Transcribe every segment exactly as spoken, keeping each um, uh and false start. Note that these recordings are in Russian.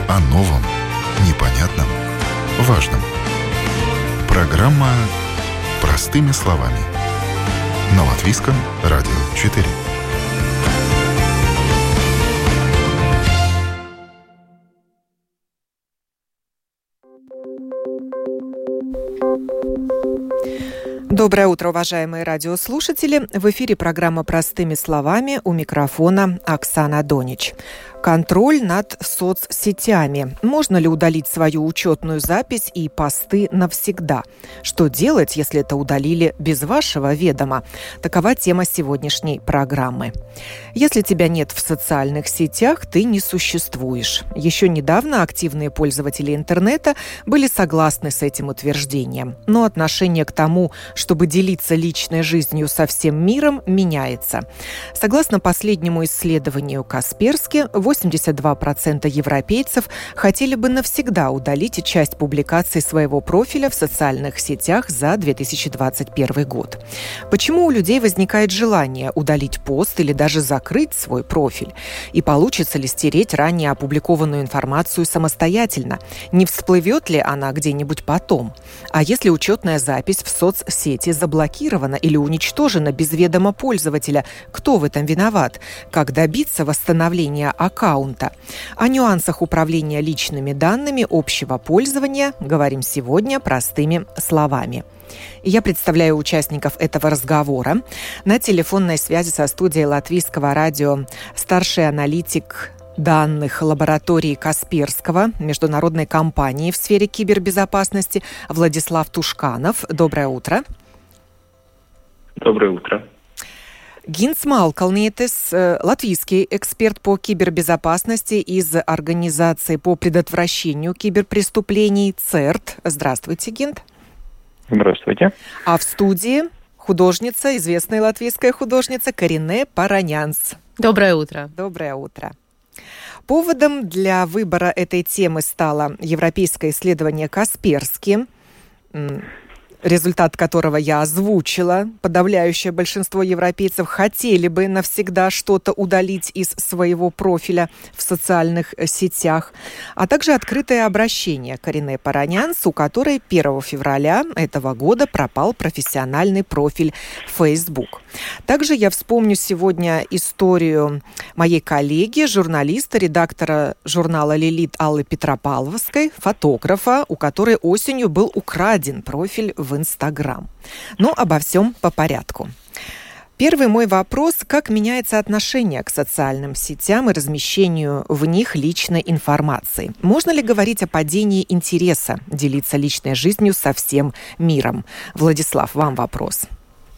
О новом, непонятном, важном. Программа «Простыми словами» на Латвийском радио четыре. Доброе утро, уважаемые радиослушатели. В эфире программа «Простыми словами», у микрофона Оксана Донич. Контроль над соцсетями. Можно ли удалить свою учетную запись и посты навсегда? Что делать, если это удалили без вашего ведома? Такова тема сегодняшней программы. Если тебя нет в социальных сетях, ты не существуешь. Еще недавно активные пользователи интернета были согласны с этим утверждением. Но отношение к тому, чтобы делиться личной жизнью со всем миром, меняется. Согласно последнему исследованию Касперски, восемьдесят два процента европейцев хотели бы навсегда удалить часть публикаций своего профиля в социальных сетях за две тысячи двадцать первый год. Почему у людей возникает желание удалить пост или даже закрыть свой профиль? И получится ли стереть ранее опубликованную информацию самостоятельно? Не всплывет ли она где-нибудь потом? А если учетная запись в соцсети заблокирована или уничтожена без ведома пользователя, кто в этом виноват? Как добиться восстановления аккаунта? О нюансах управления личными данными общего пользования говорим сегодня простыми словами. Я представляю участников этого разговора. На телефонной связи со студией Латвийского радио старший аналитик данных лаборатории Касперского, международной компании в сфере кибербезопасности, Владислав Тушканов. Доброе утро. Доброе утро. Гинс Малкалнитис, латвийский эксперт по кибербезопасности из Организации по предотвращению киберпреступлений ЦЕРТ. Здравствуйте, Гинт. Здравствуйте. А в студии художница, известная латвийская художница Карине Паранянс. Доброе утро. Доброе утро. Поводом для выбора этой темы стало европейское исследование Касперски, результат которого я озвучила. Подавляющее большинство европейцев хотели бы навсегда что-то удалить из своего профиля в социальных сетях, а также открытое обращение Карине Паранянс, у которой первого февраля этого года пропал профессиональный профиль Facebook. Также я вспомню сегодня историю моей коллеги, журналиста, редактора журнала «Лилит» Аллы Петропавловской, фотографа, у которой осенью был украден профиль в Инстаграм. Но обо всем по порядку. Первый мой вопрос: как меняется отношение к социальным сетям и размещению в них личной информации? Можно ли говорить о падении интереса делиться личной жизнью со всем миром? Владислав, вам вопрос.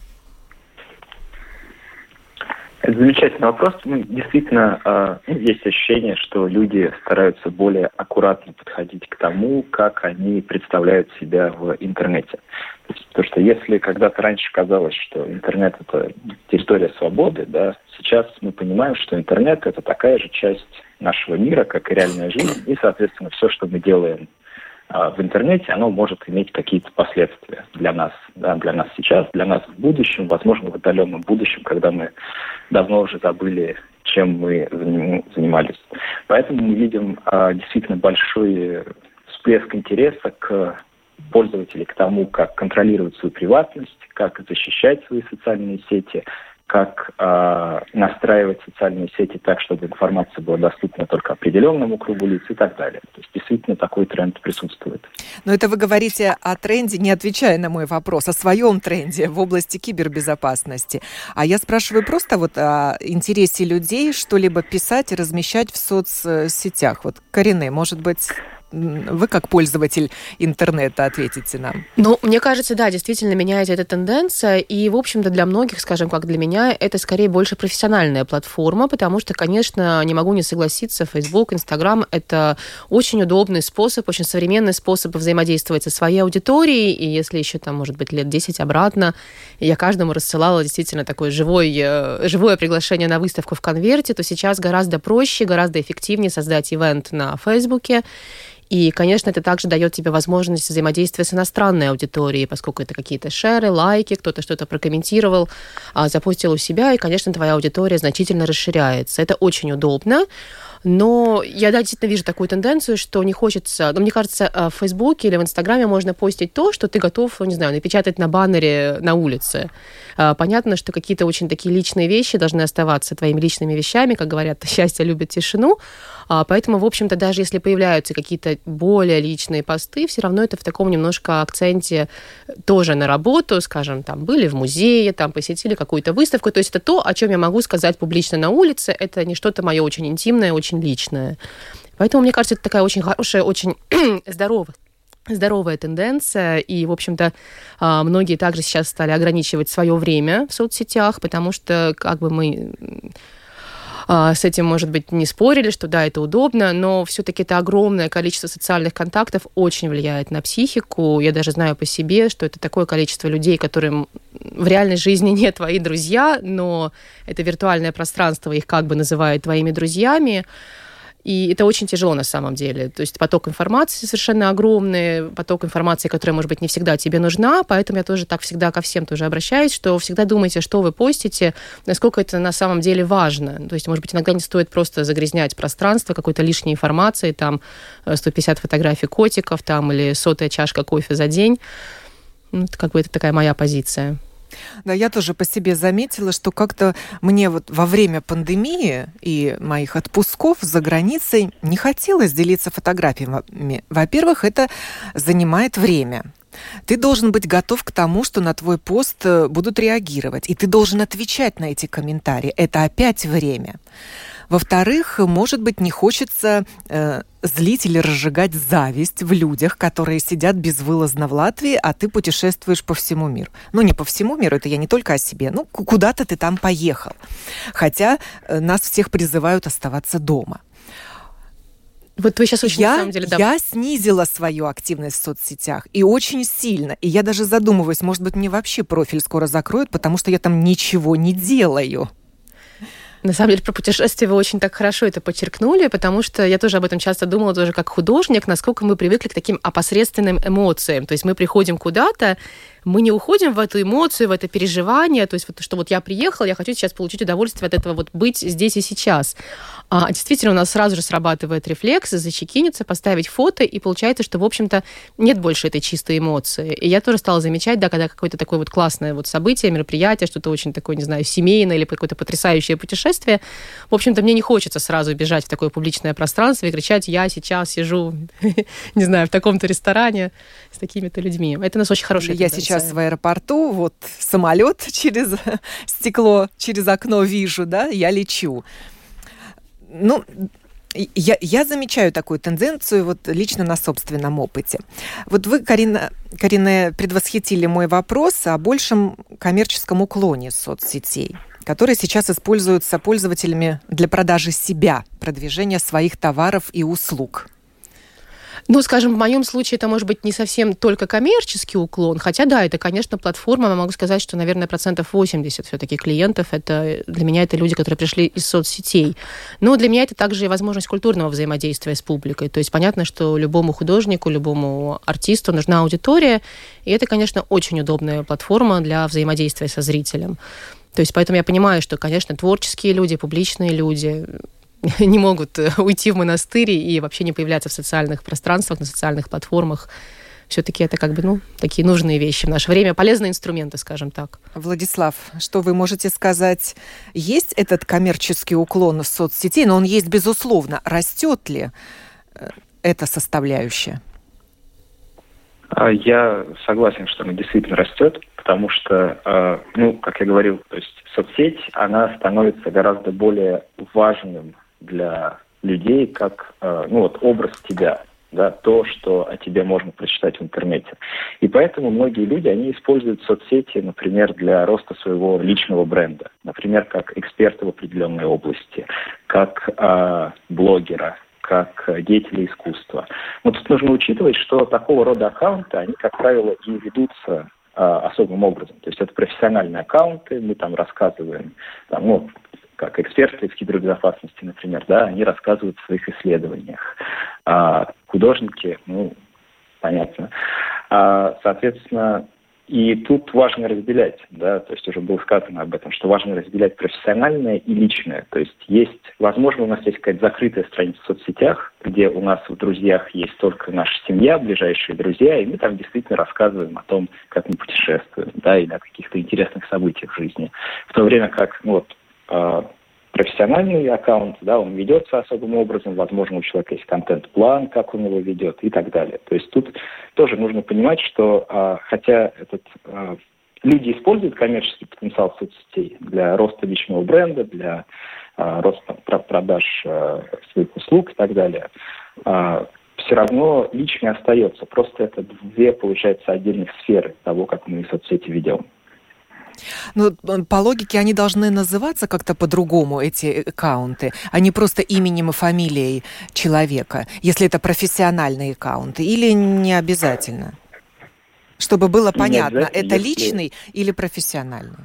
Это замечательный вопрос. Ну, действительно, э, есть ощущение, что люди стараются более аккуратно подходить к тому, как они представляют себя в интернете. Потому что если когда-то раньше казалось, что интернет – это территория свободы, да, сейчас мы понимаем, что интернет – это такая же часть нашего мира, как и реальная жизнь, и, соответственно, все, что мы делаем в интернете, оно может иметь какие-то последствия для нас, да, для нас сейчас, для нас в будущем, возможно, в отдаленном будущем, когда мы давно уже забыли, чем мы занимались. Поэтому мы видим а, действительно большой всплеск интереса к пользователям, к тому, как контролировать свою приватность, как защищать свои социальные сети, как э, настраивать социальные сети так, чтобы информация была доступна только определенному кругу лиц и так далее. То есть действительно такой тренд присутствует. Но это вы говорите о тренде, не отвечая на мой вопрос, о своем тренде в области кибербезопасности. А я спрашиваю просто вот о интересе людей что-либо писать и размещать в соцсетях. Вот, Карине, может быть, вы как пользователь интернета ответите нам. Ну, мне кажется, да, действительно меняется эта тенденция. И, в общем-то, для многих, скажем, как для меня, это скорее больше профессиональная платформа, потому что, конечно, не могу не согласиться, Facebook, Instagram – это очень удобный способ, очень современный способ взаимодействовать со своей аудиторией. И если еще, там, может быть, лет десять обратно, я каждому рассылала действительно такое живое, живое приглашение на выставку в конверте, то сейчас гораздо проще, гораздо эффективнее создать ивент на Фейсбуке. И, конечно, это также дает тебе возможность взаимодействия с иностранной аудиторией, поскольку это какие-то шеры, лайки, кто-то что-то прокомментировал, запустил у себя, и, конечно, твоя аудитория значительно расширяется. Это очень удобно. Но я, да, действительно вижу такую тенденцию, что не хочется... Ну, мне кажется, в Фейсбуке или в Инстаграме можно постить то, что ты готов, не знаю, напечатать на баннере на улице. Понятно, что какие-то очень такие личные вещи должны оставаться твоими личными вещами, как говорят, счастье любит тишину. Поэтому, в общем-то, даже если появляются какие-то более личные посты, все равно это в таком немножко акценте тоже на работу, скажем, там, были в музее, там, посетили какую-то выставку. То есть это то, о чем я могу сказать публично на улице. Это не что-то мое очень интимное, очень личное. Поэтому, мне кажется, это такая очень хорошая, очень здоровая здоровая тенденция, и, в общем-то, многие также сейчас стали ограничивать свое время в соцсетях, потому что, как бы мы с этим, может быть, не спорили, что да, это удобно, но все-таки это огромное количество социальных контактов очень влияет на психику. Я даже знаю по себе, что это такое количество людей, которым в реальной жизни не твои друзья, но это виртуальное пространство их как бы называют твоими друзьями. И это очень тяжело на самом деле. То есть поток информации совершенно огромный, поток информации, которая, может быть, не всегда тебе нужна, поэтому я тоже так всегда ко всем тоже обращаюсь, что всегда думайте, что вы постите, насколько это на самом деле важно. То есть, может быть, иногда не стоит просто загрязнять пространство какой-то лишней информацией, там сто пятьдесят фотографий котиков, там, или сотая чашка кофе за день. Ну, это как бы это такая моя позиция. Да, я тоже по себе заметила, что как-то мне вот во время пандемии и моих отпусков за границей не хотелось делиться фотографиями. Во-первых, это занимает время. Ты должен быть готов к тому, что на твой пост будут реагировать, и ты должен отвечать на эти комментарии. Это опять время. Во-вторых, может быть, не хочется э, злить или разжигать зависть в людях, которые сидят безвылазно в Латвии, а ты путешествуешь по всему миру. Ну, не по всему миру, это я не только о себе. Ну, куда-то ты там поехал. Хотя э, нас всех призывают оставаться дома. Вот вы сейчас очень, я, на самом деле, да. Я снизила свою активность в соцсетях, и очень сильно. И я даже задумываюсь, может быть, мне вообще профиль скоро закроют, потому что я там ничего не делаю. На самом деле, про путешествия вы очень так хорошо это подчеркнули, потому что я тоже об этом часто думала, тоже как художник, насколько мы привыкли к таким опосредственным эмоциям. То есть мы приходим куда-то, мы не уходим в эту эмоцию, в это переживание, то есть вот, что вот я приехал, я хочу сейчас получить удовольствие от этого вот быть здесь и сейчас. А действительно, у нас сразу же срабатывает рефлекс, зачекиниться, поставить фото, и получается, что, в общем-то, нет больше этой чистой эмоции. И я тоже стала замечать, да, когда какое-то такое вот классное вот событие, мероприятие, что-то очень такое, не знаю, семейное или какое-то потрясающее путешествие, в общем-то, мне не хочется сразу бежать в такое публичное пространство и кричать: я сейчас сижу, не знаю, в таком-то ресторане с такими-то людьми. Это у нас очень хорошая Я тенденция. Сейчас в аэропорту, вот самолет через стекло, через окно вижу, да, я лечу. Ну, я, я замечаю такую тенденцию вот лично на собственном опыте. Вот вы, Карина, Карина, предвосхитили мой вопрос о большем коммерческом уклоне соцсетей, которые сейчас используются пользователями для продажи себя, продвижения своих товаров и услуг. Ну, скажем, в моем случае это может быть не совсем только коммерческий уклон, хотя да, это, конечно, платформа, я могу сказать, что, наверное, процентов восемьдесят все-таки клиентов, это для меня это люди, которые пришли из соцсетей. Но для меня это также и возможность культурного взаимодействия с публикой. То есть понятно, что любому художнику, любому артисту нужна аудитория, и это, конечно, очень удобная платформа для взаимодействия со зрителем. То есть поэтому я понимаю, что, конечно, творческие люди, публичные люди не могут уйти в монастырь и вообще не появляться в социальных пространствах, на социальных платформах. Все-таки это как бы, ну, такие нужные вещи в наше время, полезные инструменты, скажем так. Владислав, что вы можете сказать? Есть этот коммерческий уклон в соцсети, но он есть, безусловно. Растет ли эта составляющая? Я согласен, что она действительно растет, потому что, ну, как я говорил, то есть соцсеть, она становится гораздо более важным для людей, как, ну, вот образ тебя, да, то, что о тебе можно прочитать в интернете. И поэтому многие люди, они используют соцсети, например, для роста своего личного бренда, например, как эксперта в определенной области, как э, блогера, как деятеля искусства. Но тут нужно учитывать, что такого рода аккаунты, они, как правило, и ведутся а, особым образом. То есть это профессиональные аккаунты, мы там рассказываем, там, ну, как эксперты в кибербезопасности, например, да, они рассказывают в своих исследованиях. А художники, ну, понятно. А, соответственно, И тут важно разделять, да, то есть уже было сказано об этом, что важно разделять профессиональное и личное. То есть есть, возможно, у нас есть какая-то закрытая страница в соцсетях, где у нас в друзьях есть только наша семья, ближайшие друзья, и мы там действительно рассказываем о том, как мы путешествуем, да, или о каких-то интересных событиях в жизни. В то время как, ну, вот, э, профессиональный аккаунт, да, он ведется особым образом, возможно, у человека есть контент-план, как он его ведет и так далее. То есть тут тоже нужно понимать, что а, хотя этот, а, люди используют коммерческий потенциал соцсетей для роста личного бренда, для а, роста продаж а, своих услуг и так далее, а, все равно личное остается. Просто это две, получается, отдельных сферы того, как мы соцсети ведем. Ну, по логике, они должны называться как-то по-другому, эти аккаунты, а не просто именем и фамилией человека, если это профессиональные аккаунты, или не обязательно? Чтобы было понятно, это если... личный или профессиональный?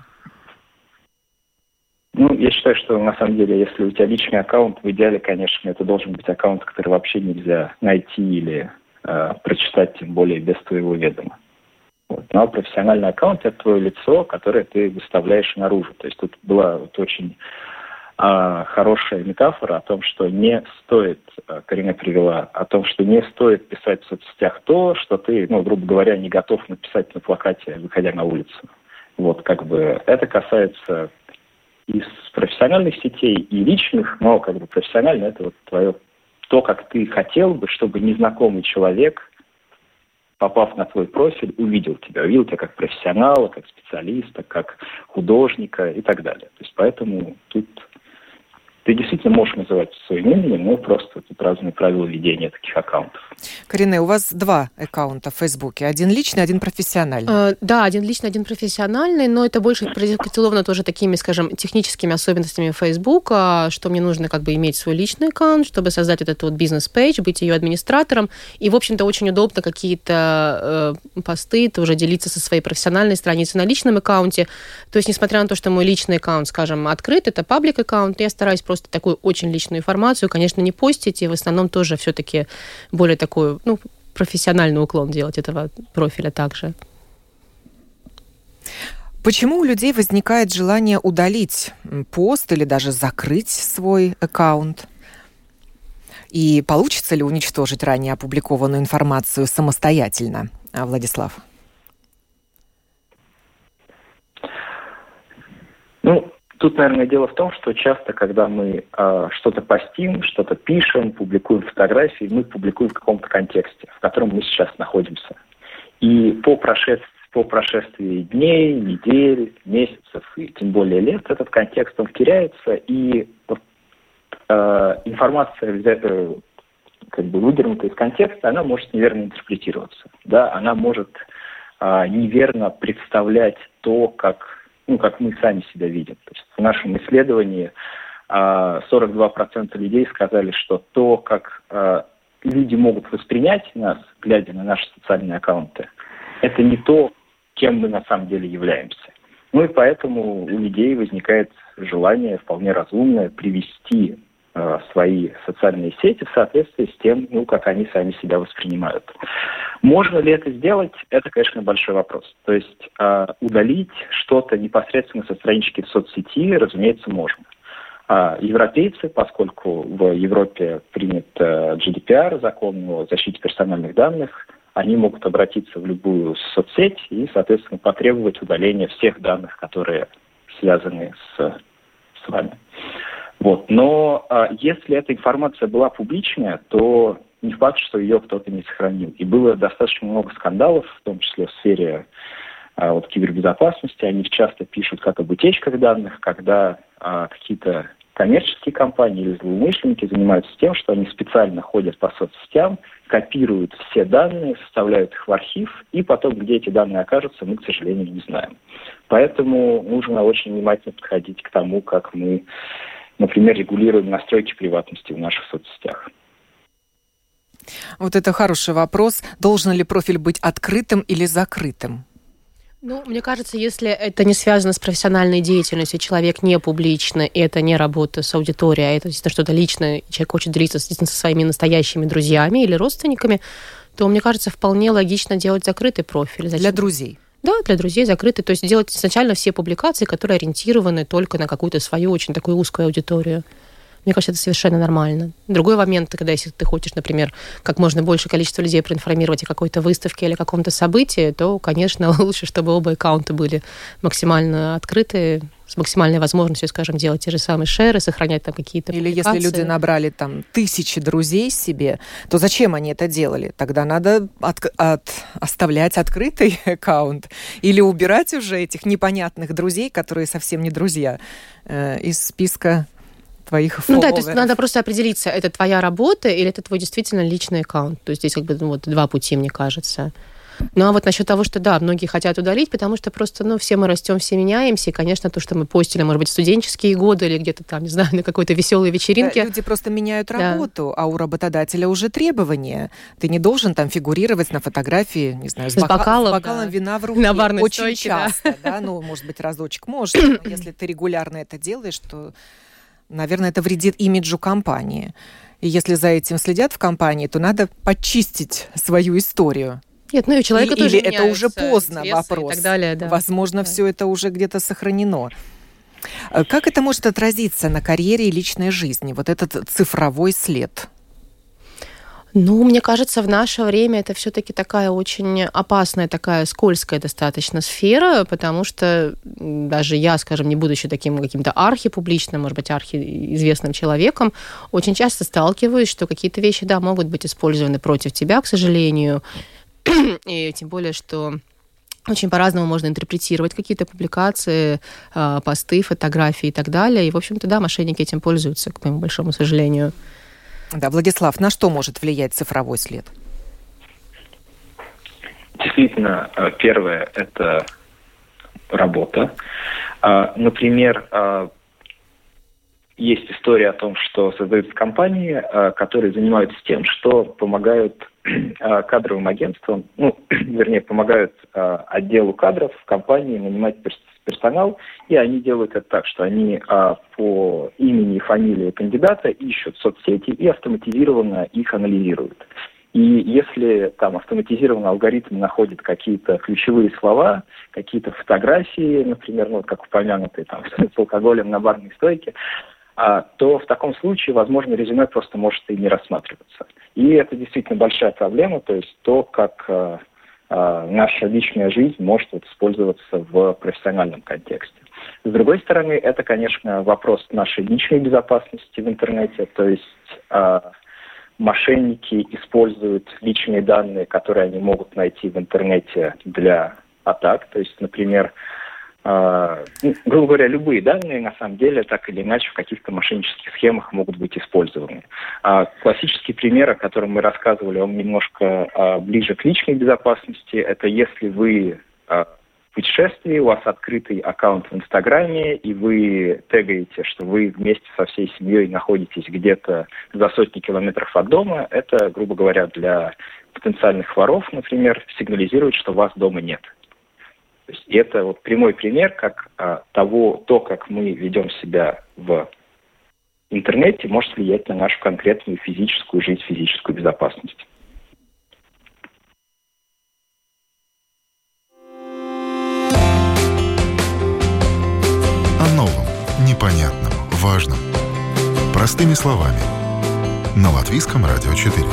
Ну, я считаю, что на самом деле, если у тебя личный аккаунт, в идеале, конечно, это должен быть аккаунт, который вообще нельзя найти или э, прочитать, тем более без твоего ведома. Вот. Ну, а профессиональный аккаунт – это твое лицо, которое ты выставляешь наружу. То есть тут была вот очень а, хорошая метафора о том, что не стоит, Карина привела, о том, что не стоит писать в соцсетях то, что ты, ну, грубо говоря, не готов написать на плакате, выходя на улицу. Вот, как бы, это касается из профессиональных сетей и личных, но, как бы, профессионально это вот твое, то, как ты хотел бы, чтобы незнакомый человек, попав на твой профиль, увидел тебя, увидел тебя как профессионала, как специалиста, как художника и так далее. То есть поэтому тут ты действительно можешь называть своим именем, но просто тут разные правила ведения таких аккаунтов. Карине, у вас два аккаунта в Фейсбуке. Один личный, один профессиональный. Э, да, один личный, один профессиональный, но это больше продиктовано тоже такими, скажем, техническими особенностями Фейсбука, что мне нужно как бы иметь свой личный аккаунт, чтобы создать вот эту вот бизнес-пейдж, быть ее администратором. И, в общем-то, очень удобно какие-то э, посты тоже делиться со своей профессиональной страницей на личном аккаунте. То есть, несмотря на то, что мой личный аккаунт, скажем, открыт, это паблик аккаунт, я стараюсь просто такую очень личную информацию, конечно, не постить, и в основном тоже все-таки более такой, ну, профессиональный уклон делать этого профиля также. Почему у людей возникает желание удалить пост или даже закрыть свой аккаунт? И получится ли уничтожить ранее опубликованную информацию самостоятельно, Владислав? Ну, тут, наверное, дело в том, что часто, когда мы э, что-то постим, что-то пишем, публикуем фотографии, мы публикуем в каком-то контексте, в котором мы сейчас находимся. И по прошествии, по прошествии дней, недель, месяцев и тем более лет этот контекст, он теряется, и э, информация, взятая, как бы выдернутая из контекста, она может неверно интерпретироваться. Да? Она может э, неверно представлять то, как... ну, как мы сами себя видим. То есть в нашем исследовании сорок два процента людей сказали, что то, как люди могут воспринять нас, глядя на наши социальные аккаунты, это не то, кем мы на самом деле являемся. Ну и поэтому у людей возникает желание вполне разумное привести свои социальные сети в соответствии с тем, ну, как они сами себя воспринимают. Можно ли это сделать? Это, конечно, большой вопрос. То есть э, удалить что-то непосредственно со странички в соцсети, разумеется, можно. А европейцы, поскольку в Европе принят э, джи ди пи ар, закон о защите персональных данных, они могут обратиться в любую соцсеть и, соответственно, потребовать удаления всех данных, которые связаны с, с вами. Вот. Но а, если эта информация была публичная, то не факт, что ее кто-то не сохранил. И было достаточно много скандалов, в том числе в сфере а, вот, кибербезопасности. Они часто пишут как об утечках данных, когда а, какие-то коммерческие компании или злоумышленники занимаются тем, что они специально ходят по соцсетям, копируют все данные, составляют их в архив, и потом, где эти данные окажутся, мы, к сожалению, не знаем. Поэтому нужно очень внимательно подходить к тому, как мы, например, регулируем настройки приватности в наших соцсетях. Вот это хороший вопрос. Должен ли профиль быть открытым или закрытым? Ну, мне кажется, если это не связано с профессиональной деятельностью, человек не публичный, и это не работа с аудиторией, а это что-то личное, человек хочет делиться со своими настоящими друзьями или родственниками, то, мне кажется, вполне логично делать закрытый профиль. Зачем? Для друзей. Да, для друзей закрытый. То есть делать изначально все публикации, которые ориентированы только на какую-то свою очень такую узкую аудиторию. Мне кажется, это совершенно нормально. Другой момент, когда если ты хочешь, например, как можно больше количество людей проинформировать о какой-то выставке или каком-то событии, то, конечно, лучше, чтобы оба аккаунта были максимально открыты, с максимальной возможностью, скажем, делать те же самые шеры, сохранять там какие-то Или публикации. если люди набрали там тысячи друзей себе, то зачем они это делали? Тогда надо от, от, оставлять открытый аккаунт или убирать уже этих непонятных друзей, которые совсем не друзья, э, из списка твоих фолловеров. Ну да, то есть надо просто определиться, это твоя работа или это твой действительно личный аккаунт. То есть здесь как бы ну, вот два пути, мне кажется. Ну, а вот насчет того, что, да, многие хотят удалить, потому что просто, ну, все мы растем, все меняемся, и, конечно, то, что мы постили, может быть, в студенческие годы или где-то там, не знаю, на какой-то веселой вечеринке. Да, люди просто меняют работу, да. А у работодателя уже требования. Ты не должен там фигурировать на фотографии, не знаю, с, с, бока- бокалом, с бокалом да. вина в руке. На барной очень стойке, часто, да. да, ну, может быть, разочек можно, но если ты регулярно это делаешь, то, наверное, это вредит имиджу компании. И если за этим следят в компании, то надо почистить свою историю. Нет, ну и человека или, тоже или это уже поздно вопрос. И так далее, да. Возможно, да. все это уже где-то сохранено. Как это может отразиться на карьере и личной жизни, вот этот цифровой след? Ну, мне кажется, в наше время это все-таки такая очень опасная, такая скользкая достаточно сфера, потому что даже я, скажем, не будучи таким каким-то архипубличным, может быть, архиизвестным человеком, очень часто сталкиваюсь, что какие-то вещи, да, могут быть использованы против тебя, к сожалению. И тем более, что очень по-разному можно интерпретировать какие-то публикации, посты, фотографии и так далее. И, в общем-то, да, мошенники этим пользуются, к моему большому сожалению. Да, Владислав, на что может влиять цифровой след? Действительно, первое – это работа. Например, есть история о том, что создаются компании, которые занимаются тем, что помогают кадровым агентствам, ну, вернее, помогают отделу кадров в компании нанимать персонал, и они делают это так, что они по имени и фамилии кандидата ищут соцсети и автоматизированно их анализируют. И если там автоматизированный алгоритм находит какие-то ключевые слова, какие-то фотографии, например, ну, как упомянутые там с алкоголем на барной стойке, то в таком случае, возможно, резюме просто может и не рассматриваться. И это действительно большая проблема, то есть то, как э, э, наша личная жизнь может вот использоваться в профессиональном контексте. С другой стороны, это, конечно, вопрос нашей личной безопасности в интернете, то есть э, мошенники используют личные данные, которые они могут найти в интернете для атак, то есть, например, Uh, ну, грубо говоря, любые данные, на самом деле, так или иначе, в каких-то мошеннических схемах могут быть использованы. Uh, классический пример, о котором мы рассказывали, он немножко uh, ближе к личной безопасности. Это если вы uh, в путешествии, у вас открытый аккаунт в Инстаграме, и вы тегаете, что вы вместе со всей семьей находитесь где-то за сотни километров от дома, это, грубо говоря, для потенциальных воров, например, сигнализирует, что вас дома нет. То есть это вот прямой пример как а, того, то, как мы ведем себя в интернете, может влиять на нашу конкретную физическую жизнь, физическую безопасность. О новом, непонятном, важном. Простыми словами. На Латвийском радио четыре.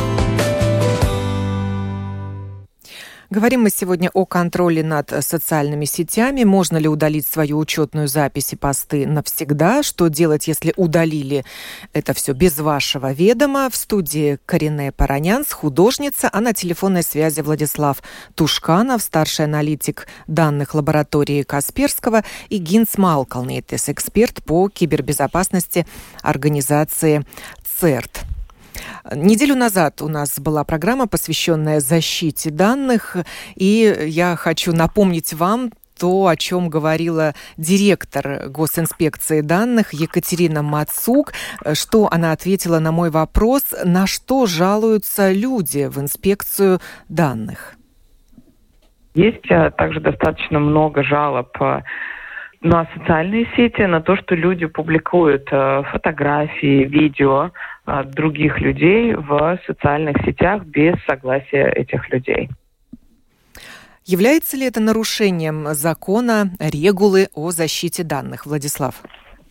Говорим мы сегодня о контроле над социальными сетями. Можно ли удалить свою учетную запись и посты навсегда? Что делать, если удалили это все без вашего ведома? В студии Карине Паранянс, художница, а на телефонной связи Владислав Тушканов, старший аналитик данных лаборатории Касперского, и Гинс Малкалнетес, эксперт по кибербезопасности организации ЦЕРТ. Неделю назад у нас была программа, посвященная защите данных, и я хочу напомнить вам то, о чем говорила директор госинспекции данных Екатерина Мацук, что она ответила на мой вопрос, на что жалуются люди в инспекцию данных. Есть также достаточно много жалоб на социальные сети, на то, что люди публикуют фотографии, видео других людей в социальных сетях без согласия этих людей. Является ли это нарушением закона, регулы о защите данных? Владислав.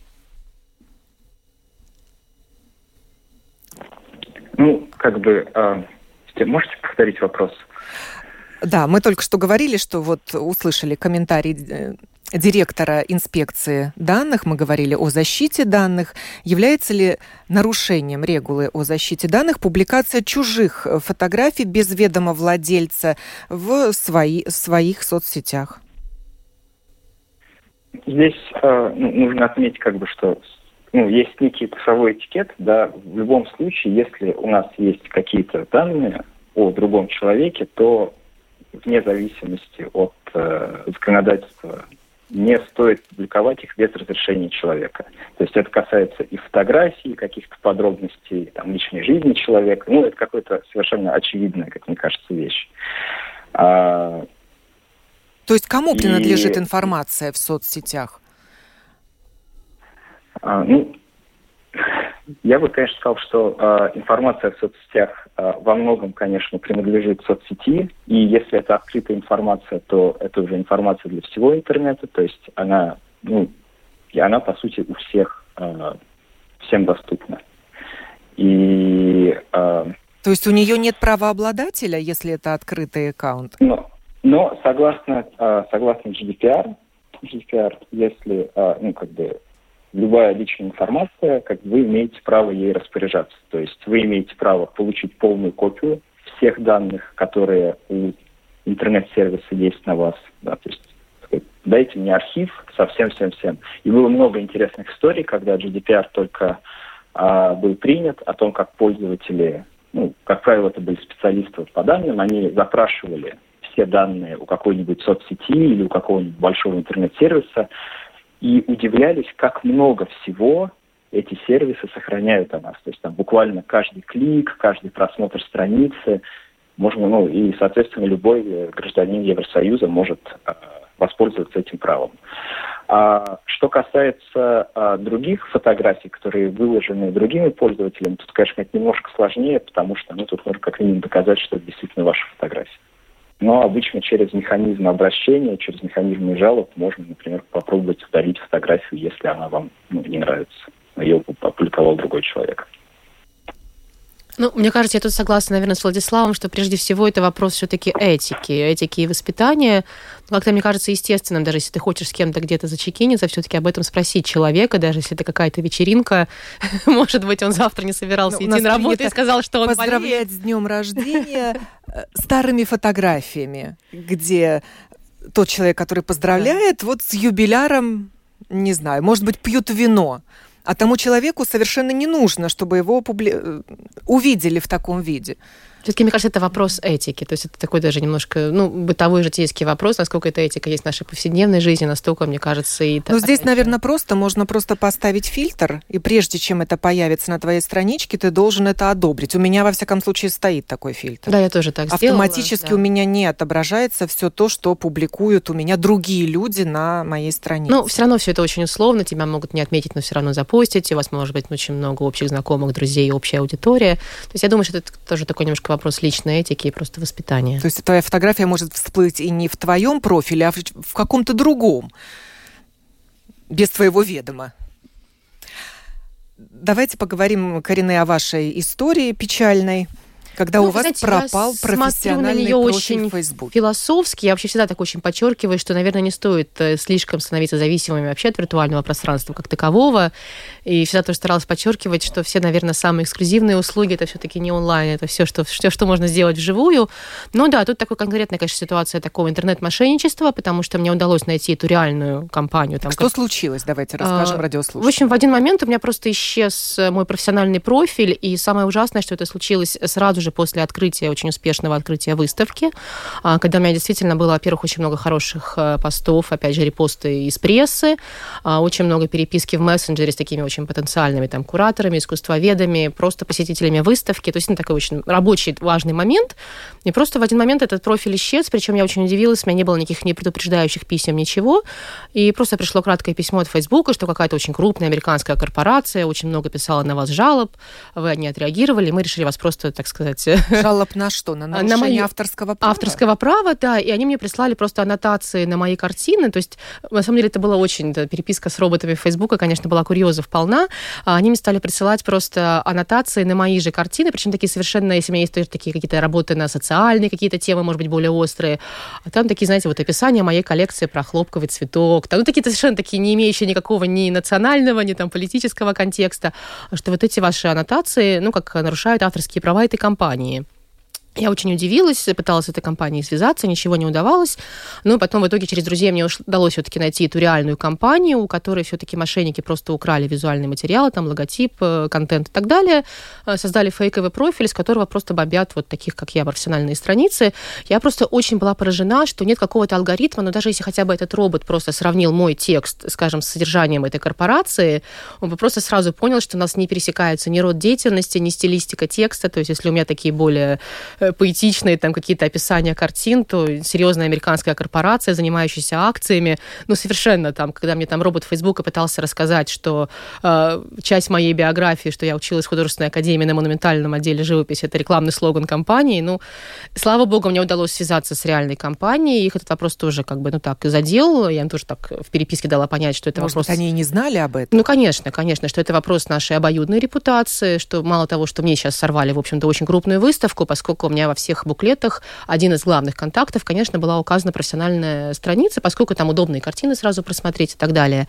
Ну, как бы, э, можете повторить вопрос? Да, мы только что говорили, что вот услышали комментарий директора инспекции данных, мы говорили о защите данных. Является ли нарушением регулы о защите данных публикация чужих фотографий без ведома владельца в свои, своих соцсетях? Здесь э, нужно отметить, как бы, что ну, есть некий цифровой этикет, да, в любом случае, если у нас есть какие-то данные о другом человеке, то вне зависимости от э, законодательства не стоит публиковать их без разрешения человека. То есть это касается и фотографий, каких-то подробностей там, личной жизни человека. Ну, это какая-то совершенно очевидная, как мне кажется, вещь. А, То есть кому и... принадлежит информация в соцсетях? А, ну, я бы, конечно, сказал, что э, информация в соцсетях э, во многом, конечно, принадлежит соцсети, и если это открытая информация, то это уже информация для всего интернета, то есть она, ну, и она, по сути, у всех э, всем доступна. И, э, то есть у нее нет правообладателя, если это открытый аккаунт? Но, но согласно, э, согласно джи ди пи ар, джи ди пи ар, если, э, ну, как бы, любая личная информация, как вы имеете право ей распоряжаться. То есть вы имеете право получить полную копию всех данных, которые у интернет-сервиса есть на вас. Да, то есть дайте мне архив со всем-всем-всем. И было много интересных историй, когда джи ди пи ар только а, был принят, о том, как пользователи, ну, как правило, это были специалисты по данным, они запрашивали все данные у какой-нибудь соцсети или у какого-нибудь большого интернет-сервиса, и удивлялись, как много всего эти сервисы сохраняют о нас. То есть там буквально каждый клик, каждый просмотр страницы можно, ну, и, соответственно, любой гражданин Евросоюза может э, воспользоваться этим правом. А что касается э, других фотографий, которые выложены другими пользователями, тут, конечно, это немножко сложнее, потому что ну, тут нужно как минимум доказать, что это действительно ваша фотография. Но обычно через механизм обращения, через механизм жалоб можно, например, попробовать удалить фотографию, если она вам ну, не нравится. Ее опубликовал другой человек. Ну, мне кажется, я тут согласна, наверное, с Владиславом, что прежде всего это вопрос все-таки этики, этики и воспитания. Как-то, мне кажется, естественным, даже если ты хочешь с кем-то где-то зачекиниться, все-таки об этом спросить человека, даже если это какая-то вечеринка. Может быть, он завтра не собирался ну, идти на работу и сказал, что он поздравлять болеет. С днем рождения старыми фотографиями, где тот человек, который поздравляет, вот с юбиляром, не знаю, может быть, пьют вино. А тому человеку совершенно не нужно, чтобы его публи... увидели в таком виде. Все-таки, мне кажется, это вопрос этики. То есть это такой даже немножко, ну, бытовой житейский вопрос, насколько эта этика есть в нашей повседневной жизни, настолько, мне кажется, и... Ну, здесь, наверное, просто можно просто поставить фильтр, и прежде чем это появится на твоей страничке, ты должен это одобрить. У меня, во всяком случае, стоит такой фильтр. Да, я тоже так сделала. Автоматически да. у меня не отображается все то, что публикуют у меня другие люди на моей странице. Ну, все равно все это очень условно, тебя могут не отметить, но все равно запостить, у вас может быть очень много общих знакомых, друзей, общая аудитория. То есть я думаю, что это тоже такой немножко вопрос личной этики и просто воспитания. То есть твоя фотография может всплыть и не в твоем профиле, а в, в каком-то другом, без твоего ведома. Давайте поговорим, Карине, о вашей истории печальной, когда ну, у вас знаете, пропал профессиональный профиль в Фейсбуке. Философски. Я вообще всегда так очень подчеркиваю, что, наверное, не стоит слишком становиться зависимыми вообще от виртуального пространства как такового. И всегда тоже старалась подчеркивать, что все, наверное, самые эксклюзивные услуги это все-таки не онлайн, это все, что, все, что можно сделать вживую. Но да, тут такая конкретная, конечно, ситуация такого интернет-мошенничества, потому что мне удалось найти эту реальную компанию. Там, что как... случилось? Давайте расскажем а, радиослушателям. В общем, в один момент у меня просто исчез мой профессиональный профиль, и самое ужасное, что это случилось сразу же после открытия, очень успешного открытия выставки, когда у меня действительно было, во-первых, очень много хороших постов, опять же, репосты из прессы, очень много переписки в мессенджере с такими очень потенциальными там кураторами, искусствоведами, просто посетителями выставки. То есть это такой очень рабочий, важный момент. И просто в один момент этот профиль исчез, причем я очень удивилась, у меня не было никаких не предупреждающих писем, ничего. И просто пришло краткое письмо от Фейсбука, что какая-то очень крупная американская корпорация очень много писала на вас жалоб, вы не отреагировали, мы решили вас просто, так сказать, сказать... Жалоб на что? На нарушение на мою... авторского права? Авторского права, да, и они мне прислали просто аннотации на мои картины, то есть, на самом деле, это была очень... Да, переписка с роботами Фейсбука, конечно, была курьезов полна. Они мне стали присылать просто аннотации на мои же картины, причем такие совершенно, если у меня есть тоже такие какие-то работы на социальные какие-то темы, может быть, более острые, а там такие, знаете, вот описание моей коллекции про хлопковый цветок, там, ну, такие совершенно такие, не имеющие никакого ни национального, ни там политического контекста, что вот эти ваши аннотации, ну, как нарушают авторские права этой компании. Я очень удивилась, пыталась с этой компанией связаться, ничего не удавалось. Но потом в итоге через друзей мне удалось все-таки найти эту реальную компанию, у которой все-таки мошенники просто украли визуальные материалы, там логотип, контент и так далее, создали фейковый профиль, с которого просто бомбят вот таких, как я, профессиональные страницы. Я просто очень была поражена, что нет какого-то алгоритма, но даже если хотя бы этот робот просто сравнил мой текст, скажем, с содержанием этой корпорации, он бы просто сразу понял, что у нас не пересекаются ни род деятельности, ни стилистика текста. То есть если у меня такие более поэтичные там какие-то описания картин, то серьезная американская корпорация, занимающаяся акциями, ну, совершенно там, когда мне там робот Фейсбука пытался рассказать, что э, часть моей биографии, что я училась в художественной академии на монументальном отделе живописи, это рекламный слоган компании, ну, слава богу, мне удалось связаться с реальной компанией, их этот вопрос тоже как бы, ну, так, задел, я им тоже так в переписке дала понять, что это Может вопрос... Может, они и не знали об этом? Ну, конечно, конечно, что это вопрос нашей обоюдной репутации, что мало того, что мне сейчас сорвали, в общем-то, очень крупную выставку, поскольку у меня во всех буклетах один из главных контактов, конечно, была указана профессиональная страница, поскольку там удобные картины сразу просмотреть и так далее.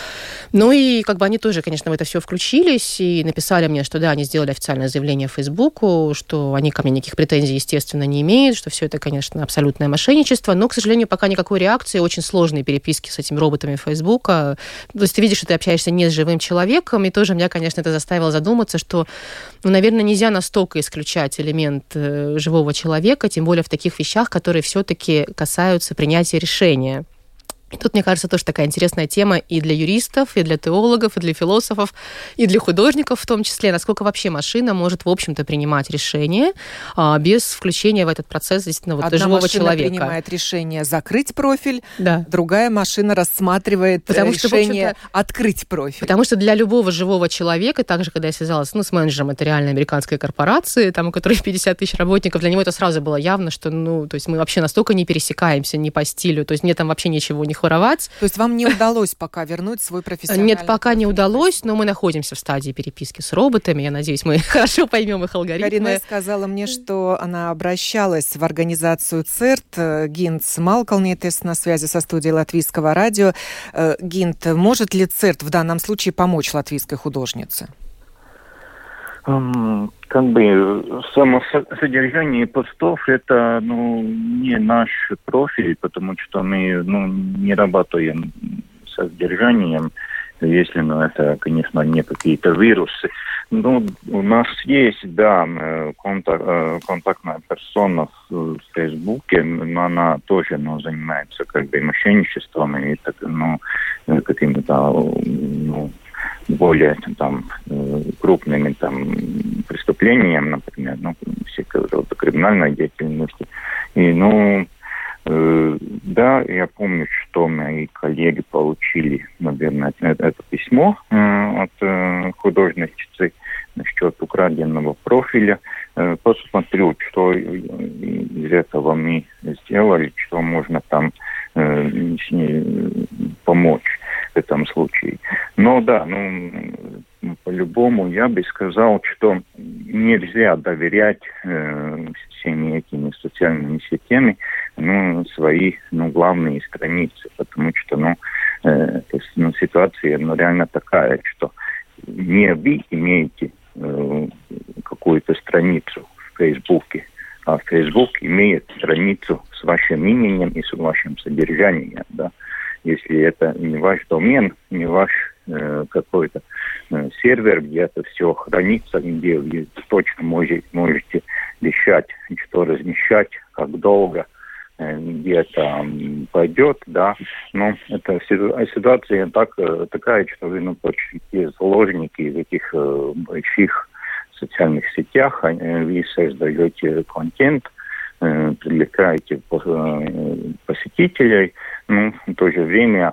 Ну и как бы они тоже, конечно, в это все включились и написали мне, что да, они сделали официальное заявление в Фейсбуку, что они ко мне никаких претензий, естественно, не имеют, что все это, конечно, абсолютное мошенничество, но, к сожалению, пока никакой реакции, очень сложные переписки с этими роботами Фейсбука. То есть ты видишь, что ты общаешься не с живым человеком, и тоже меня, конечно, это заставило задуматься, что, ну, наверное, нельзя настолько исключать элемент э, живого человека, тем более в таких вещах, которые все-таки касаются принятия решения. И тут, мне кажется, тоже такая интересная тема и для юристов, и для теологов, и для философов, и для художников в том числе, насколько вообще машина может, в общем-то, принимать решения а, без включения в этот процесс, действительно, вот, Одна живого машина человека. принимает решение закрыть профиль, да. Другая машина рассматривает Потому решение что, открыть профиль. Потому что для любого живого человека, также, когда я связалась ну, с менеджером, это реально американской корпорации, там, у которой пятьдесят тысяч работников, для него это сразу было явно, что, ну, то есть мы вообще настолько не пересекаемся ни по стилю, то есть мне там вообще ничего не хоровать. То есть вам не удалось пока вернуть свой профессиональный... Нет, пока не удалось, но мы находимся в стадии переписки с роботами. Я надеюсь, мы хорошо поймем их алгоритмы. Карина сказала мне, что она обращалась в организацию ЦЕРТ. Гинт Малкалнетес на связи со студией Латвийского радио. Гинт, может ли ЦЕРТ в данном случае помочь латвийской художнице? Um, как бы само содержание постов это ну, не наш профиль, потому что мы ну, не работаем с содержанием, если ну, это, конечно, не какие-то вирусы. Ну, у нас есть, да, контак, контактная персона в Фейсбуке, но она тоже ну, занимается как бы мошенничеством и ну, какими-то ну, более там, крупными там, преступлениями, например, ну, всякого рода криминальной деятельности. И, ну, э, да, я помню, что мои коллеги получили, наверное, это, это письмо э, от э, художницы насчет украденного профиля. Э, посмотрю, что из этого мы сделали, что можно там э, с ней помочь в этом случае. Но да, ну, по-любому я бы сказал, что нельзя доверять э, всеми этими социальными сетями ну, свои ну, главные страницы, потому что ну, э, то есть, ну, ситуация ну, реально такая, что не вы имеете э, какую-то страницу в Фейсбуке, а Facebook имеет страницу с вашим именем и с вашим содержанием, да. Если это не ваш домен, не ваш э, какой-то э, сервер, где это все хранится, где вы точно можете, можете решать, что размещать, как долго, э, где это э, пойдет, да. Но это ситуация так, э, такая, что вы ну, почти заложники в этих э, больших социальных сетях, э, вы создаете контент, привлекаете посетителей, ну, в то же время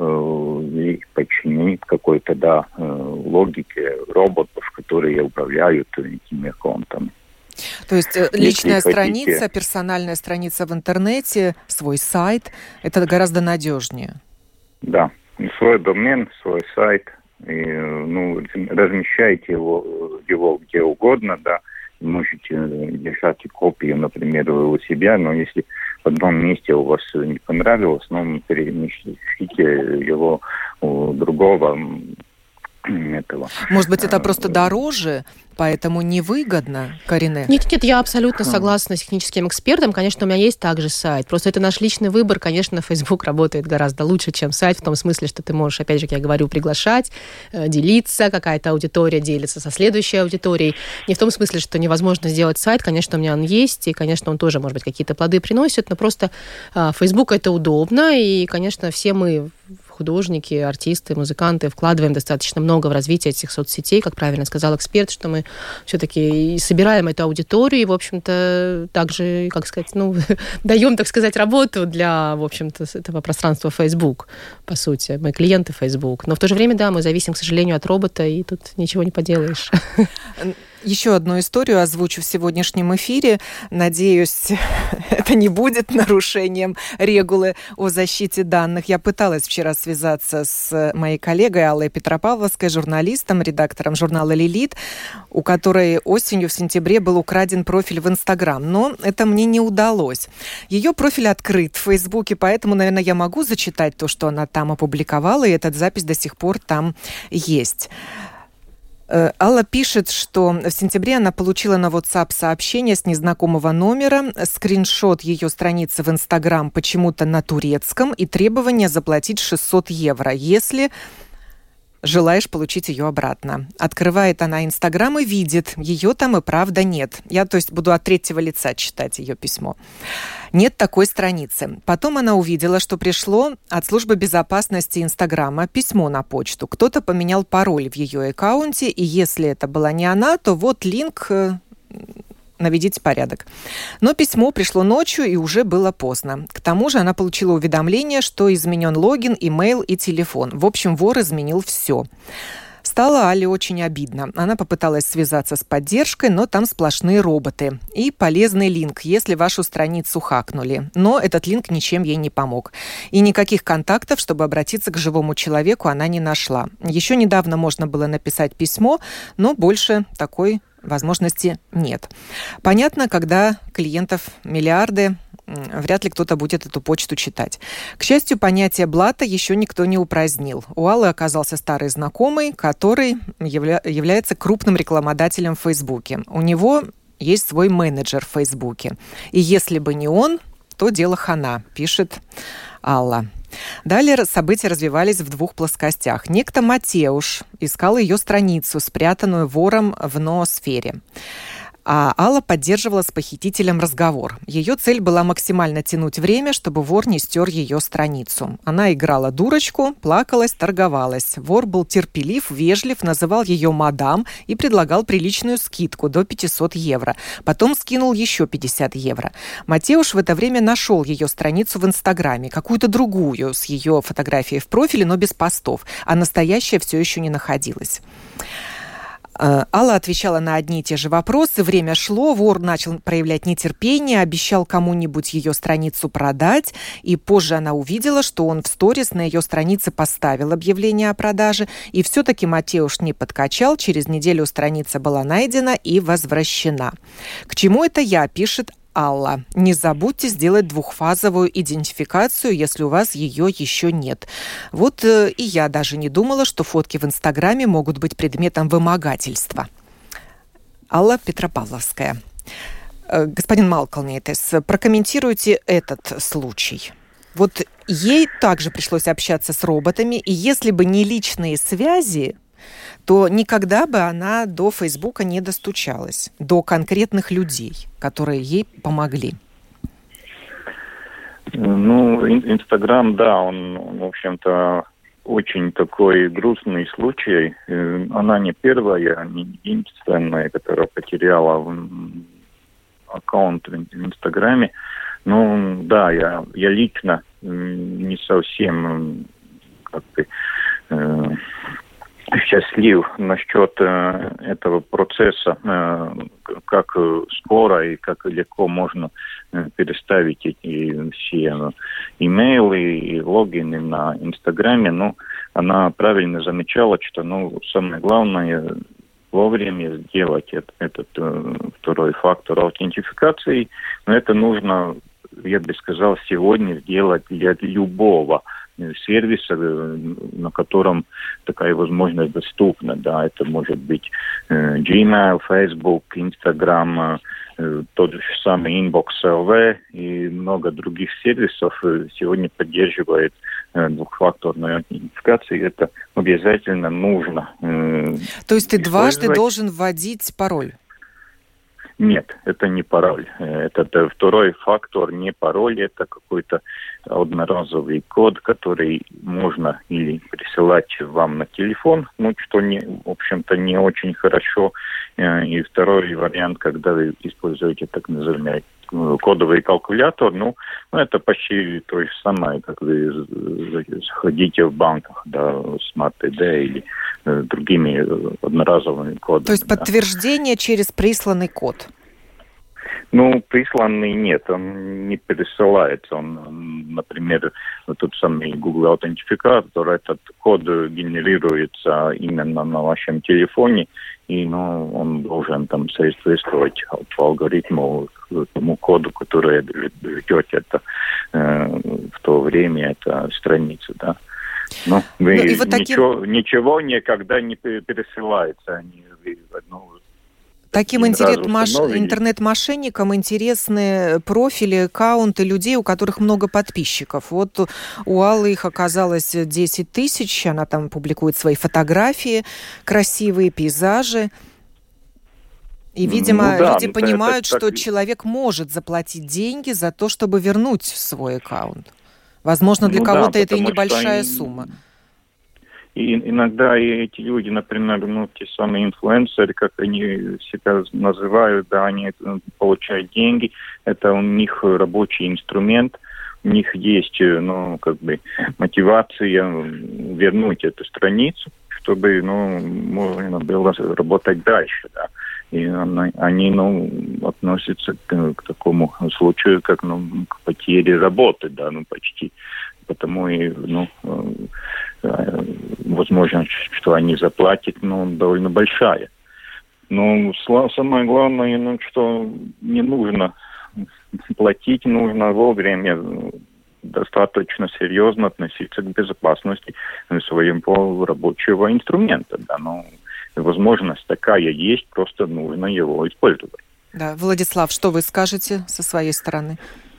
э, подчинены какой-то, да, логике роботов, которые управляют этими аккаунтами. То есть личная страница, персональная страница в интернете, свой сайт, это гораздо надежнее. Да, свой домен, свой сайт, и, ну, размещайте его, его где угодно, да, можете держать копию, например, у себя, но если в одном месте у вас не понравилось, ну, переместите его у другого этого. Может быть, это просто дороже, поэтому невыгодно, Карине? Нет, нет, я абсолютно согласна с техническим экспертом. Конечно, у меня есть также сайт. Просто это наш личный выбор. Конечно, Facebook работает гораздо лучше, чем сайт, в том смысле, что ты можешь, опять же, как я говорю, приглашать, делиться, какая-то аудитория делится со следующей аудиторией. Не в том смысле, что невозможно сделать сайт. Конечно, у меня он есть, и, конечно, он тоже, может быть, какие-то плоды приносит, но просто Facebook это удобно, и, конечно, все мы художники, артисты, музыканты вкладываем достаточно много в развитие этих соцсетей, как правильно сказал эксперт, что мы все-таки собираем эту аудиторию и, в общем-то, также, как сказать, ну, даем, так сказать, работу для, в общем-то, этого пространства Facebook, по сути. Мы клиенты Facebook. Но в то же время, да, мы зависим, к сожалению, от робота, и тут ничего не поделаешь. Еще одну историю озвучу в сегодняшнем эфире. Надеюсь, это не будет нарушением регулы о защите данных. Я пыталась вчера связаться с моей коллегой Аллой Петропавловской, журналистом, редактором журнала «Лилит», у которой осенью в сентябре был украден профиль в Инстаграм. Но это мне не удалось. Ее профиль открыт в Фейсбуке, поэтому, наверное, я могу зачитать то, что она там опубликовала, и эта запись до сих пор там есть. Алла пишет, что в сентябре она получила на WhatsApp сообщение с незнакомого номера, скриншот ее страницы в Instagram почему-то на турецком и требование заплатить шестьсот евро, если желаешь получить ее обратно. Открывает она Инстаграм и видит, ее там и правда нет. Я, то есть, буду от третьего лица читать ее письмо. Нет такой страницы. Потом она увидела, что пришло от службы безопасности Инстаграма письмо на почту. Кто-то поменял пароль в ее аккаунте, и если это была не она, то вот линк... наведите порядок. Но письмо пришло ночью, и уже было поздно. К тому же она получила уведомление, что изменен логин, имейл и телефон. В общем, вор изменил все. Стало Али очень обидно. Она попыталась связаться с поддержкой, но там сплошные роботы. И полезный линк, если вашу страницу хакнули. Но этот линк ничем ей не помог. И никаких контактов, чтобы обратиться к живому человеку, она не нашла. Еще недавно можно было написать письмо, но больше такой возможности нет. Понятно, когда клиентов миллиарды, вряд ли кто-то будет эту почту читать. К счастью, понятие блата еще никто не упразднил. У Аллы оказался старый знакомый, который явля- является крупным рекламодателем в Фейсбуке. У него есть свой менеджер в Фейсбуке. И если бы не он, то дело хана, пишет Алла. Далее события развивались в двух плоскостях. Некто Матеуш искал ее страницу, спрятанную вором в ноосфере. А Алла поддерживала с похитителем разговор. Ее цель была максимально тянуть время, чтобы вор не стер ее страницу. Она играла дурочку, плакалась, торговалась. Вор был терпелив, вежлив, называл ее мадам и предлагал приличную скидку до пятьсот евро. Потом скинул еще пятьдесят евро. Матеуш в это время нашел ее страницу в Инстаграме, какую-то другую, с ее фотографией в профиле, но без постов. А настоящая все еще не находилась. Алла отвечала на одни и те же вопросы. Время шло, вор начал проявлять нетерпение, обещал кому-нибудь ее страницу продать. И позже она увидела, что он в сторис на ее странице поставил объявление о продаже. И все-таки Матеуш не подкачал. Через неделю страница была найдена и возвращена. К чему это я, пишет Алла. Не забудьте сделать двухфазовую идентификацию, если у вас ее еще нет. Вот э, и я даже не думала, что фотки в Инстаграме могут быть предметом вымогательства. Алла Петропавловская. Э, господин Малколнейтес, прокомментируйте этот случай. Вот ей также пришлось общаться с роботами, и если бы не личные связи, то никогда бы она до Фейсбука не достучалась, до конкретных людей, которые ей помогли. Ну, Инстаграм, да, он, в общем-то, очень такой грустный случай. Она не первая, не единственная, которая потеряла аккаунт в Инстаграме. Ну, да, я, я лично не совсем как бы... счастлив насчет э, этого процесса, э, как скоро и как легко можно э, переставить эти все э, имейлы и логины на Инстаграме. Ну, она правильно замечала, что ну, самое главное вовремя сделать этот, этот э, второй фактор аутентификации. Но это нужно, я бы сказал, сегодня сделать для любого сервиса, на котором такая возможность доступна. Да, это может быть э, Gmail, Facebook, Instagram, э, тот же самый Inbox точка эл ви и много других сервисов сегодня поддерживает э, двухфакторную аутентификацию. Это обязательно нужно. Э, То есть ты дважды должен вводить пароль? Нет, это не пароль. Это, это второй фактор, не пароль, это какой-то одноразовый код, который можно или присылать вам на телефон, ну, что, не, в общем-то, не очень хорошо. И второй вариант, когда вы используете так называемый кодовый калькулятор, ну, ну это почти то же самое, как вы заходите в банках, да, Smart ай ди или э, другими одноразовыми кодами. То есть да. Подтверждение через присланный код? Ну, присланный нет, он не пересылается. Он, например, тот самый Google аутентификатор, этот код генерируется именно на вашем телефоне, и ну, он должен там соответствовать по алгоритму тому коду, который ждете это э, в то время, это страница, да. Ну, вы, ну, и вот ничего, таким... ничего никогда не пересылается, они в одну. Таким интернет-мошенникам интересны профили, аккаунты людей, у которых много подписчиков. Вот у Аллы их оказалось десять тысяч, она там публикует свои фотографии, красивые пейзажи. И, видимо, ну, да, люди понимают, это, это, что так... человек может заплатить деньги за то, чтобы вернуть свой аккаунт. Возможно, для ну, кого-то да, это и небольшая они... сумма. И иногда и эти люди, например, ну, те самые инфлюенсеры, как они себя называют, да, они получают деньги, это у них рабочий инструмент, у них есть, ну, как бы, мотивация вернуть эту страницу, чтобы, ну, можно было работать дальше, да. И они, ну, относятся к, к такому случаю, как, ну, к потере работы, да, ну, почти. Потому и, ну, возможно, что они заплатят, ну, довольно большая. Но самое главное, ну, что не нужно платить, нужно вовремя достаточно серьезно относиться к безопасности своего рабочего инструмента. Да, ну, возможность такая есть, просто нужно его использовать. Да, Владислав, что вы скажете со своей стороны?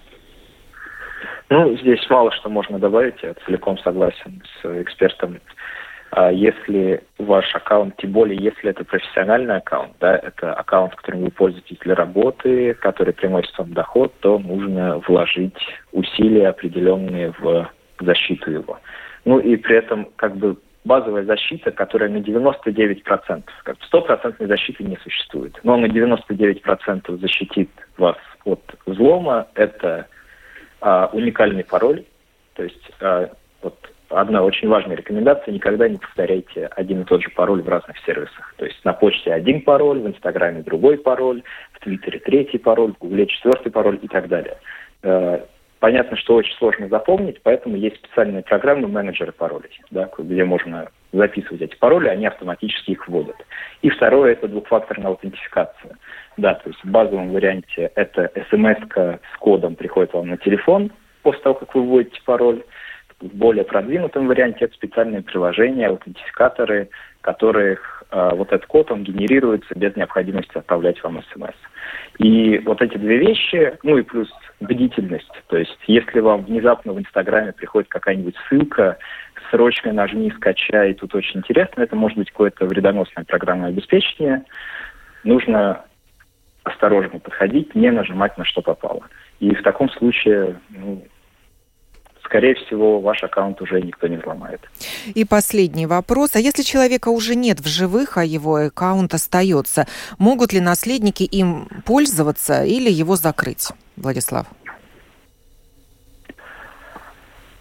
Ну, здесь мало что можно добавить, я целиком согласен с экспертом. Если ваш аккаунт, тем более, если это профессиональный аккаунт, да, это аккаунт, которым вы пользуетесь для работы, который приносит вам доход, то нужно вложить усилия определенные в защиту его. Ну и при этом, как бы, базовая защита, которая на девяносто девять процентов, как сто процентов защиты не существует, но на девяносто девять процентов защитит вас от взлома, это а, уникальный пароль, то есть а, вот одна очень важная рекомендация: никогда не повторяйте один и тот же пароль в разных сервисах. То есть на почте один пароль, в Инстаграме другой пароль, в Твиттере третий пароль, в Гугле четвертый пароль и так далее. Понятно, что очень сложно запомнить, поэтому есть специальные программы менеджеры паролей, да, где можно записывать эти пароли, они автоматически их вводят. И второе – это двухфакторная аутентификация. Да, то есть в базовом варианте это смс-ка с кодом приходит вам на телефон после того, как вы вводите пароль. В более продвинутом варианте это специальные приложения, аутентификаторы, которых э, вот этот код, он генерируется без необходимости отправлять вам смс. И вот эти две вещи, ну и плюс бдительность. То есть если вам внезапно в Инстаграме приходит какая-нибудь ссылка, срочно нажми, скачай, тут очень интересно, это может быть какое-то вредоносное программное обеспечение, нужно осторожно подходить, не нажимать на что попало. И в таком случае, ну, скорее всего, ваш аккаунт уже никто не взломает. И последний вопрос. А если человека уже нет в живых, а его аккаунт остается, могут ли наследники им пользоваться или его закрыть? Владислав.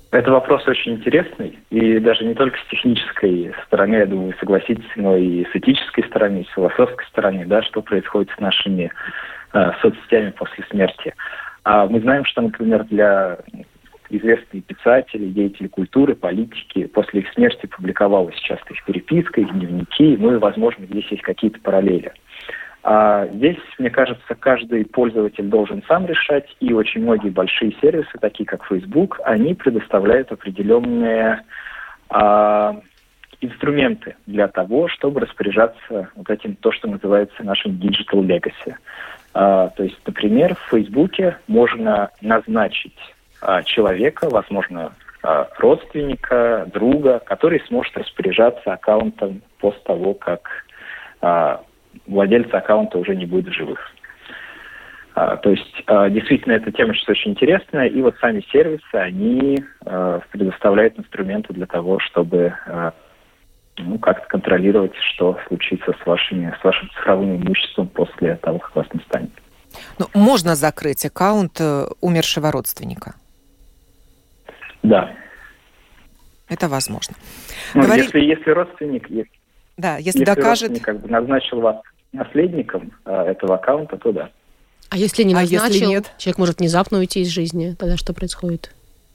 Это вопрос очень интересный, и даже не только с технической стороны, я думаю, согласитесь, но и с этической стороны, с философской стороны, да, что происходит с нашими э, соцсетями после смерти. А мы знаем, что, например, для известных писателей, деятелей культуры, политики, после их смерти публиковалась часто их переписка, их дневники, ну и, возможно, здесь есть какие-то параллели. А здесь, мне кажется, каждый пользователь должен сам решать, и очень многие большие сервисы, такие как Facebook, они предоставляют определенные а, инструменты для того, чтобы распоряжаться вот этим, то, что называется нашим digital legacy. А, то есть, например, в Facebook можно назначить а, человека, возможно, а, родственника, друга, который сможет распоряжаться аккаунтом после того, как а, владельца аккаунта уже не будет в живых. А, то есть, а, действительно, эта тема сейчас очень интересная, и вот сами сервисы, они а, предоставляют инструменты для того, чтобы а, ну, как-то контролировать, что случится с, вашими, с вашим цифровым имуществом после того, как вас не станет. Ну, можно закрыть аккаунт умершего родственника? Да. Это возможно. Ну, Говори... если, если родственник... Да, если, если докажет... как бы назначил вас наследником а, этого аккаунта, то да. А если не назначил, а если нет? Человек может внезапно уйти из жизни, тогда что происходит?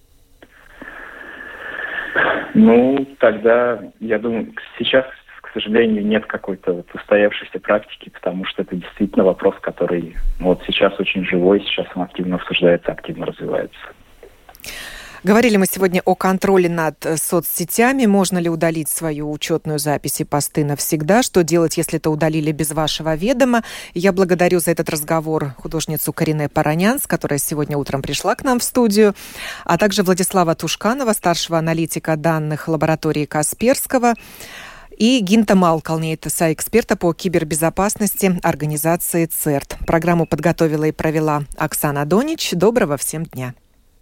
Ну, тогда, я думаю, сейчас, к сожалению, нет какой-то вот устоявшейся практики, потому что это действительно вопрос, который вот сейчас очень живой, сейчас он активно обсуждается, активно развивается. Говорили мы сегодня о контроле над соцсетями. Можно ли удалить свою учетную запись и посты навсегда? Что делать, если это удалили без вашего ведома? Я благодарю за этот разговор художницу Карине Паранянс, которая сегодня утром пришла к нам в студию, а также Владислава Тушканова, старшего аналитика данных лаборатории Касперского, и Гинта Малкалнейтеса, эксперта по кибербезопасности организации ЦЕРТ. Программу подготовила и провела Оксана Донич. Доброго всем дня.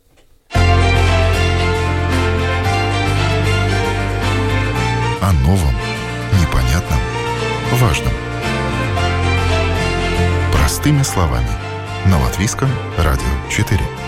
О новом, непонятном, важном. Простыми словами. На Латвийском радио четыре.